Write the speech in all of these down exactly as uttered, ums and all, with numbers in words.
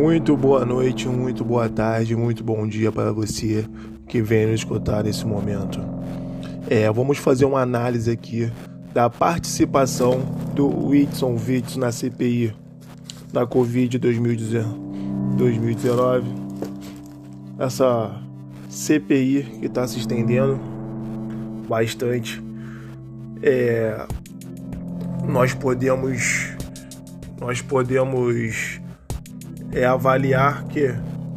Muito boa noite, muito boa tarde, muito bom dia para você que vem nos escutar nesse momento. É, vamos fazer uma análise aqui da participação do Whindersson Witzel na C P I da Covid dois mil e dezenove. Essa C P I que está se estendendo bastante. É, nós podemos, nós podemos é, avaliar que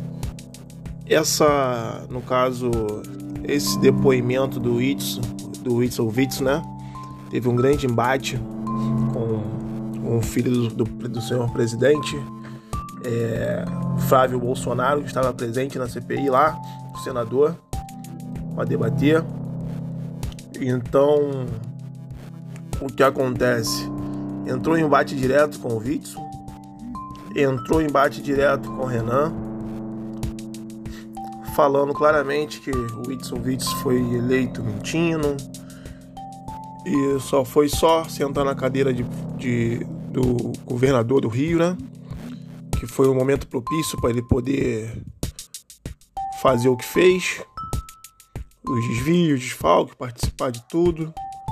essa, no caso, esse depoimento do Whindersson, do Whindersson Witzel, né? Teve um grande embate com o filho do, do, do senhor presidente, é, Flávio Bolsonaro, que estava presente na C P I lá, o senador, para debater. Então, o que acontece? Entrou em embate direto com o Whindersson, entrou em embate direto com o Renan, falando claramente que o Whindersson Witzel foi eleito mentindo e só foi só sentar na cadeira de, de, do governador do Rio, né? Que foi um momento propício para ele poder fazer o que fez, os desvios, desfalques, participar de tudo.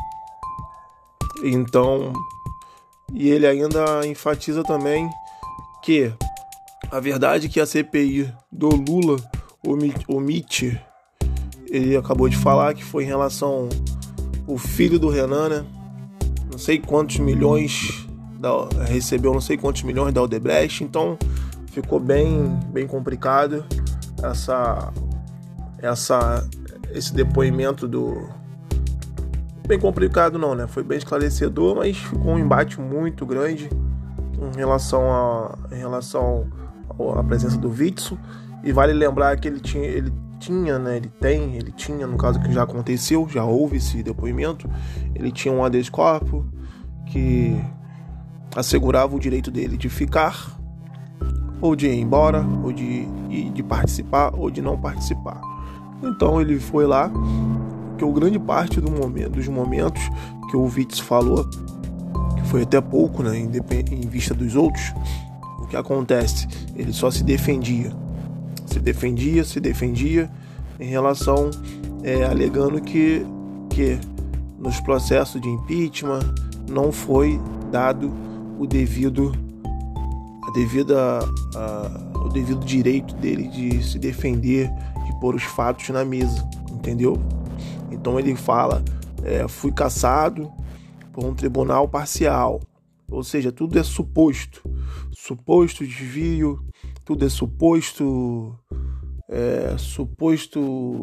Então, e ele ainda enfatiza também que a verdade é que a C P I do Lula omite, ele acabou de falar que foi em relação ao filho do Renan, né? Não sei quantos milhões, da, recebeu não sei quantos milhões da Odebrecht, então ficou bem, bem complicado essa, essa, esse depoimento do... Bem complicado não, né? Foi bem esclarecedor, mas ficou um embate muito grande em relação a, em relação à presença do Whindersson. E vale lembrar que ele tinha, ele tinha, né? Ele tem, ele tinha, no caso que já aconteceu, já houve esse depoimento. Ele tinha um habeas corpus que assegurava o direito dele de ficar, ou de ir embora, ou de, de participar, ou de não participar. Então ele foi lá, que o grande parte do momento, dos momentos que o Whindersson falou, que foi até pouco, né, em, em vista dos outros, o que acontece? Ele só se defendia, se defendia, se defendia em relação, é, alegando que, que nos processos de impeachment não foi dado o devido, a devida, a, o devido direito dele de se defender, de pôr os fatos na mesa, entendeu? Então ele fala, é, fui cassado por um tribunal parcial, ou seja, tudo é suposto, suposto desvio, tudo é suposto, é, suposto,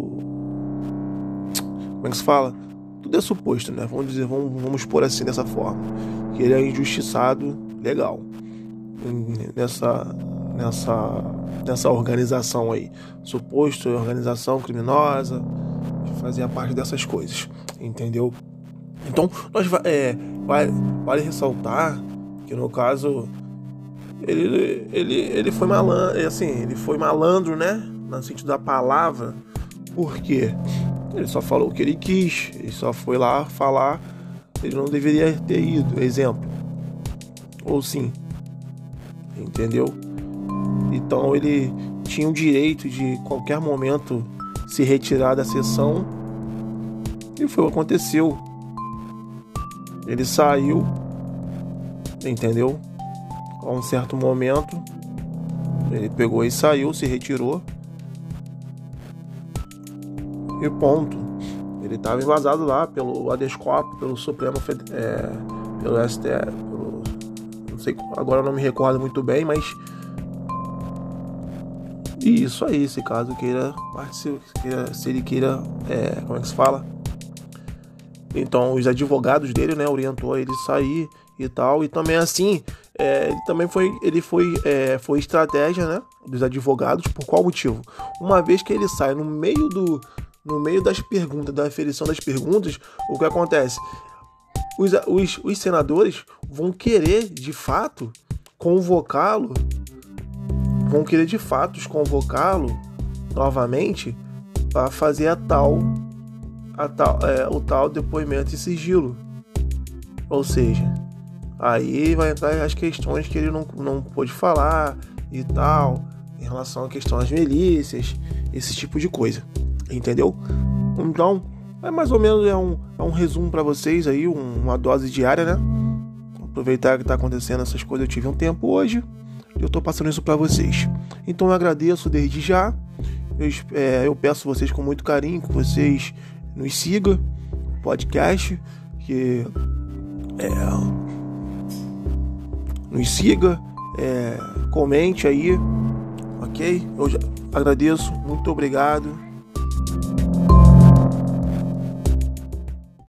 como é que se fala? Tudo é suposto, né? Vamos dizer, vamos, vamos pôr assim dessa forma, que ele é injustiçado, legal, nessa, nessa, nessa organização aí, suposto organização criminosa, fazia parte dessas coisas, entendeu? Então, nós é, vale, vale ressaltar que no caso ele, ele, ele foi malandro, assim, ele foi malandro, né? No sentido da palavra, porque ele só falou o que ele quis, ele só foi lá falar, ele não deveria ter ido, exemplo, ou sim, entendeu? Então ele tinha o direito de qualquer momento se retirar da sessão, e foi o que aconteceu. Ele saiu, entendeu? A um certo momento ele pegou e saiu, se retirou e ponto. Ele estava embasado lá pelo habeas corpus, pelo Supremo, é, pelo S T F, pelo, não sei, agora eu não me recordo muito bem, mas e isso aí, se caso queira participar, se ele queira, é, como é que se fala? Então, os advogados dele, né, orientou ele sair e tal, e também assim, é, ele também foi, ele foi, é, foi estratégia, né, dos advogados. Por qual motivo? Uma vez que ele sai no meio do, no meio das perguntas, da aferição das perguntas, o que acontece? Os, os, os senadores vão querer, de fato, convocá-lo vão querer de fato convocá-lo novamente para fazer a tal, a tal, é, o tal depoimento em sigilo. Ou seja, aí vai entrar as questões que ele não, não pôde falar, e tal, em relação à questão das milícias, esse tipo de coisa, entendeu? Então, é mais ou menos é um, é um resumo para vocês aí, um, uma dose diária, né? Aproveitar que tá acontecendo essas coisas, eu tive um tempo hoje, e eu tô passando isso para vocês. Então eu agradeço desde já, eu, é, eu peço vocês com muito carinho que vocês nos sigam, podcast, que é, nos siga, é, comente aí, ok? Eu já agradeço, muito obrigado.